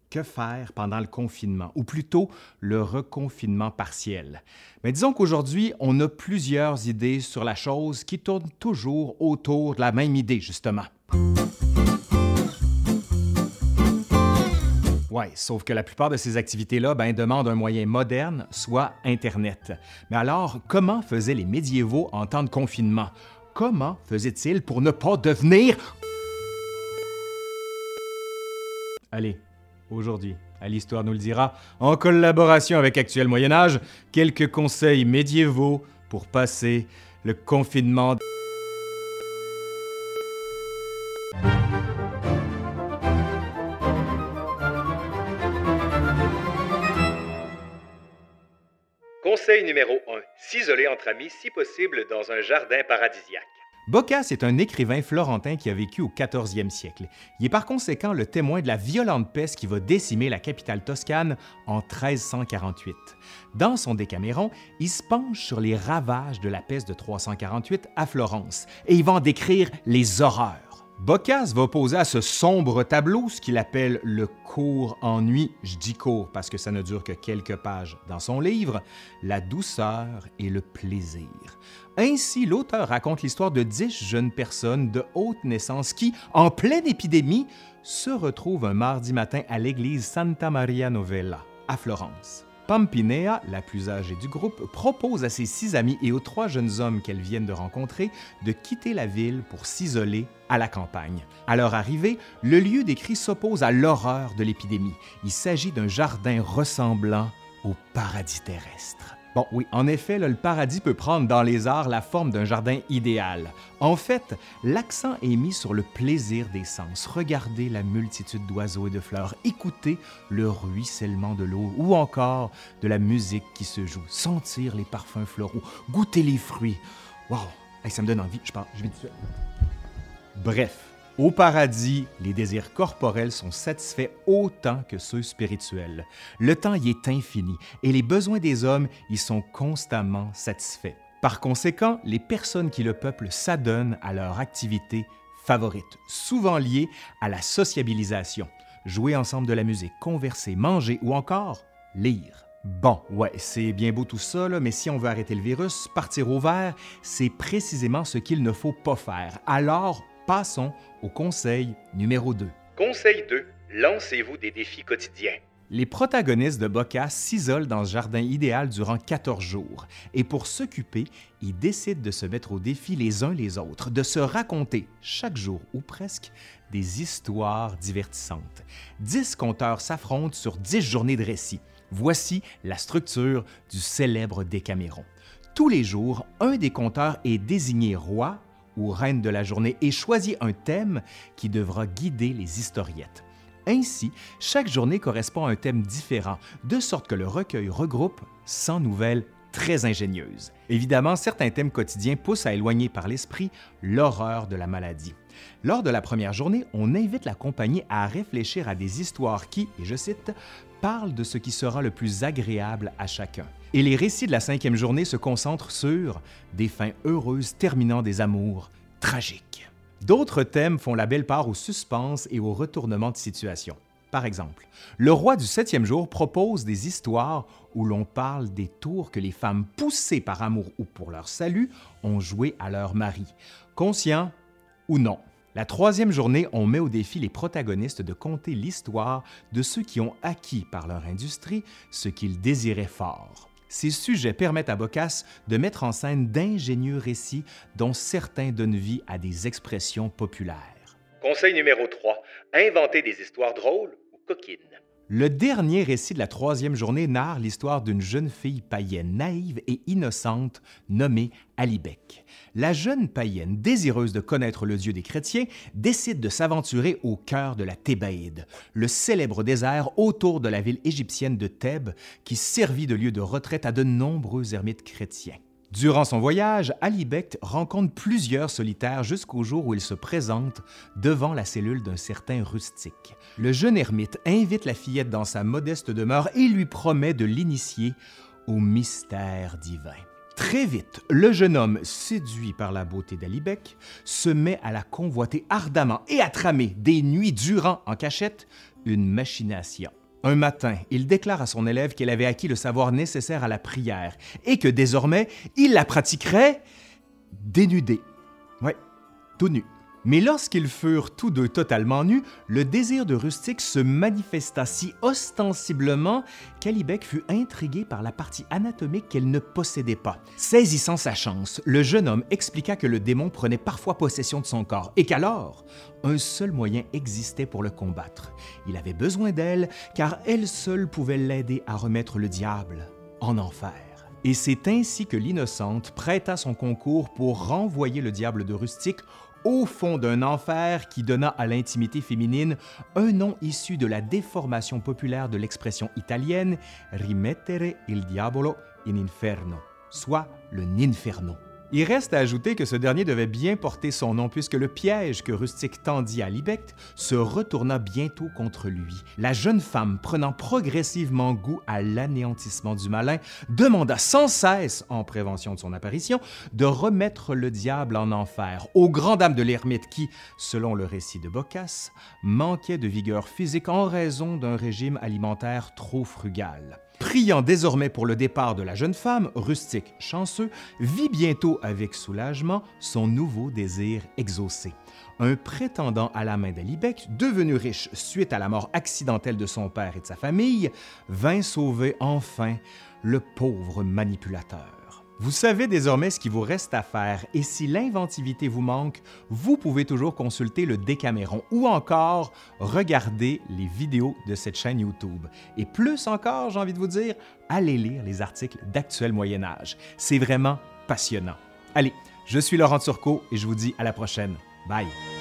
Que faire pendant le confinement, ou plutôt le reconfinement partiel? Mais disons qu'aujourd'hui, on a plusieurs idées sur la chose qui tournent toujours autour de la même idée, justement. Oui, sauf que la plupart de ces activités-là demandent un moyen moderne, soit Internet. Mais alors, comment faisaient les médiévaux en temps de confinement? Comment faisaient-ils pour ne pas devenir... Allez, aujourd'hui, à l'Histoire nous le dira, en collaboration avec Actuel Moyen-Âge, quelques conseils médiévaux pour passer le confinement. Conseil numéro 1. S'isoler entre amis si possible dans un jardin paradisiaque. Boccace est un écrivain florentin qui a vécu au 14e siècle. Il est par conséquent le témoin de la violente peste qui va décimer la capitale toscane en 1348. Dans son Décaméron, il se penche sur les ravages de la peste de 348 à Florence et il va en décrire les horreurs. Boccace va opposer à ce sombre tableau ce qu'il appelle le court ennui, je dis court parce que ça ne dure que quelques pages dans son livre, la douceur et le plaisir. Ainsi, l'auteur raconte l'histoire de 10 jeunes personnes de haute naissance qui, en pleine épidémie, se retrouvent un mardi matin à l'église Santa Maria Novella, à Florence. Pampinea, la plus âgée du groupe, propose à ses 6 amis et aux 3 jeunes hommes qu'elle viennent de rencontrer de quitter la ville pour s'isoler à la campagne. À leur arrivée, le lieu décrit s'oppose à l'horreur de l'épidémie. Il s'agit d'un jardin ressemblant au paradis terrestre. Bon, oui, en effet, le paradis peut prendre dans les arts la forme d'un jardin idéal. En fait, l'accent est mis sur le plaisir des sens. Regardez la multitude d'oiseaux et de fleurs, écoutez le ruissellement de l'eau ou encore de la musique qui se joue, sentir les parfums floraux, goûter les fruits. Wow, hey, ça me donne envie, je vais tout de suite. Bref. Au paradis, les désirs corporels sont satisfaits autant que ceux spirituels. Le temps y est infini et les besoins des hommes y sont constamment satisfaits. Par conséquent, les personnes qui le peuplent s'adonnent à leur activité favorite, souvent liée à la sociabilisation. Jouer ensemble de la musique, converser, manger ou encore lire. Bon, ouais, c'est bien beau tout ça, mais si on veut arrêter le virus, partir au vert, c'est précisément ce qu'il ne faut pas faire. Alors, passons au conseil numéro 2. Conseil 2. Lancez-vous des défis quotidiens. Les protagonistes de Boccace s'isolent dans ce jardin idéal durant 14 jours. Et pour s'occuper, ils décident de se mettre au défi les uns les autres, de se raconter chaque jour ou presque des histoires divertissantes. 10 conteurs s'affrontent sur 10 journées de récit. Voici la structure du célèbre Décaméron. Tous les jours, un des conteurs est désigné roi ou reine de la journée et choisit un thème qui devra guider les historiettes. Ainsi, chaque journée correspond à un thème différent, de sorte que le recueil regroupe 100 nouvelles très ingénieuses. Évidemment, certains thèmes quotidiens poussent à éloigner par l'esprit l'horreur de la maladie. Lors de la première journée, on invite la compagnie à réfléchir à des histoires qui, et je cite, « parlent de ce qui sera le plus agréable à chacun ». Et les récits de la 5e journée se concentrent sur des fins heureuses terminant des amours tragiques. D'autres thèmes font la belle part au suspense et au retournement de situation. Par exemple, le roi du 7e jour propose des histoires où l'on parle des tours que les femmes poussées par amour ou pour leur salut ont joué à leur mari, conscient ou non. La 3e journée, on met au défi les protagonistes de conter l'histoire de ceux qui ont acquis par leur industrie ce qu'ils désiraient fort. Ces sujets permettent à Boccace de mettre en scène d'ingénieux récits dont certains donnent vie à des expressions populaires. Conseil numéro 3. Inventez des histoires drôles ou coquines. Le dernier récit de la 3e journée narre l'histoire d'une jeune fille païenne naïve et innocente nommée Alibek. La jeune païenne, désireuse de connaître le Dieu des chrétiens, décide de s'aventurer au cœur de la Thébaïde, le célèbre désert autour de la ville égyptienne de Thèbes qui servit de lieu de retraite à de nombreux ermites chrétiens. Durant son voyage, Alibek rencontre plusieurs solitaires jusqu'au jour où il se présente devant la cellule d'un certain rustique. Le jeune ermite invite la fillette dans sa modeste demeure et lui promet de l'initier au mystère divin. Très vite, le jeune homme, séduit par la beauté d'Alibek, se met à la convoiter ardemment et à tramer des nuits durant en cachette une machination. Un matin, il déclare à son élève qu'elle avait acquis le savoir nécessaire à la prière et que désormais, il la pratiquerait dénudée. Ouais, tout nu. Mais lorsqu'ils furent tous deux totalement nus, le désir de Rustic se manifesta si ostensiblement qu'Alibek fut intrigué par la partie anatomique qu'elle ne possédait pas. Saisissant sa chance, le jeune homme expliqua que le démon prenait parfois possession de son corps et qu'alors, un seul moyen existait pour le combattre. Il avait besoin d'elle car elle seule pouvait l'aider à remettre le diable en enfer. Et c'est ainsi que l'innocente prêta son concours pour renvoyer le diable de Rustic au fond d'un enfer qui donna à l'intimité féminine un nom issu de la déformation populaire de l'expression italienne « rimettere il diavolo in inferno », soit le ninferno. Il reste à ajouter que ce dernier devait bien porter son nom puisque le piège que Rustic tendit à Alibek se retourna bientôt contre lui. La jeune femme, prenant progressivement goût à l'anéantissement du malin, demanda sans cesse, en prévention de son apparition, de remettre le diable en enfer, aux grandes dames de l'ermite qui, selon le récit de Boccace, manquait de vigueur physique en raison d'un régime alimentaire trop frugal. Priant désormais pour le départ de la jeune femme, Rustic, chanceux, vit bientôt avec soulagement son nouveau désir exaucé. Un prétendant à la main d'Alibek, devenu riche suite à la mort accidentelle de son père et de sa famille, vint sauver enfin le pauvre manipulateur. Vous savez désormais ce qu'il vous reste à faire et si l'inventivité vous manque, vous pouvez toujours consulter le Décaméron ou encore regarder les vidéos de cette chaîne YouTube. Et plus encore, j'ai envie de vous dire, allez lire les articles d'Actuel Moyen-Âge. C'est vraiment passionnant. Allez, je suis Laurent Turcot et je vous dis à la prochaine. Bye!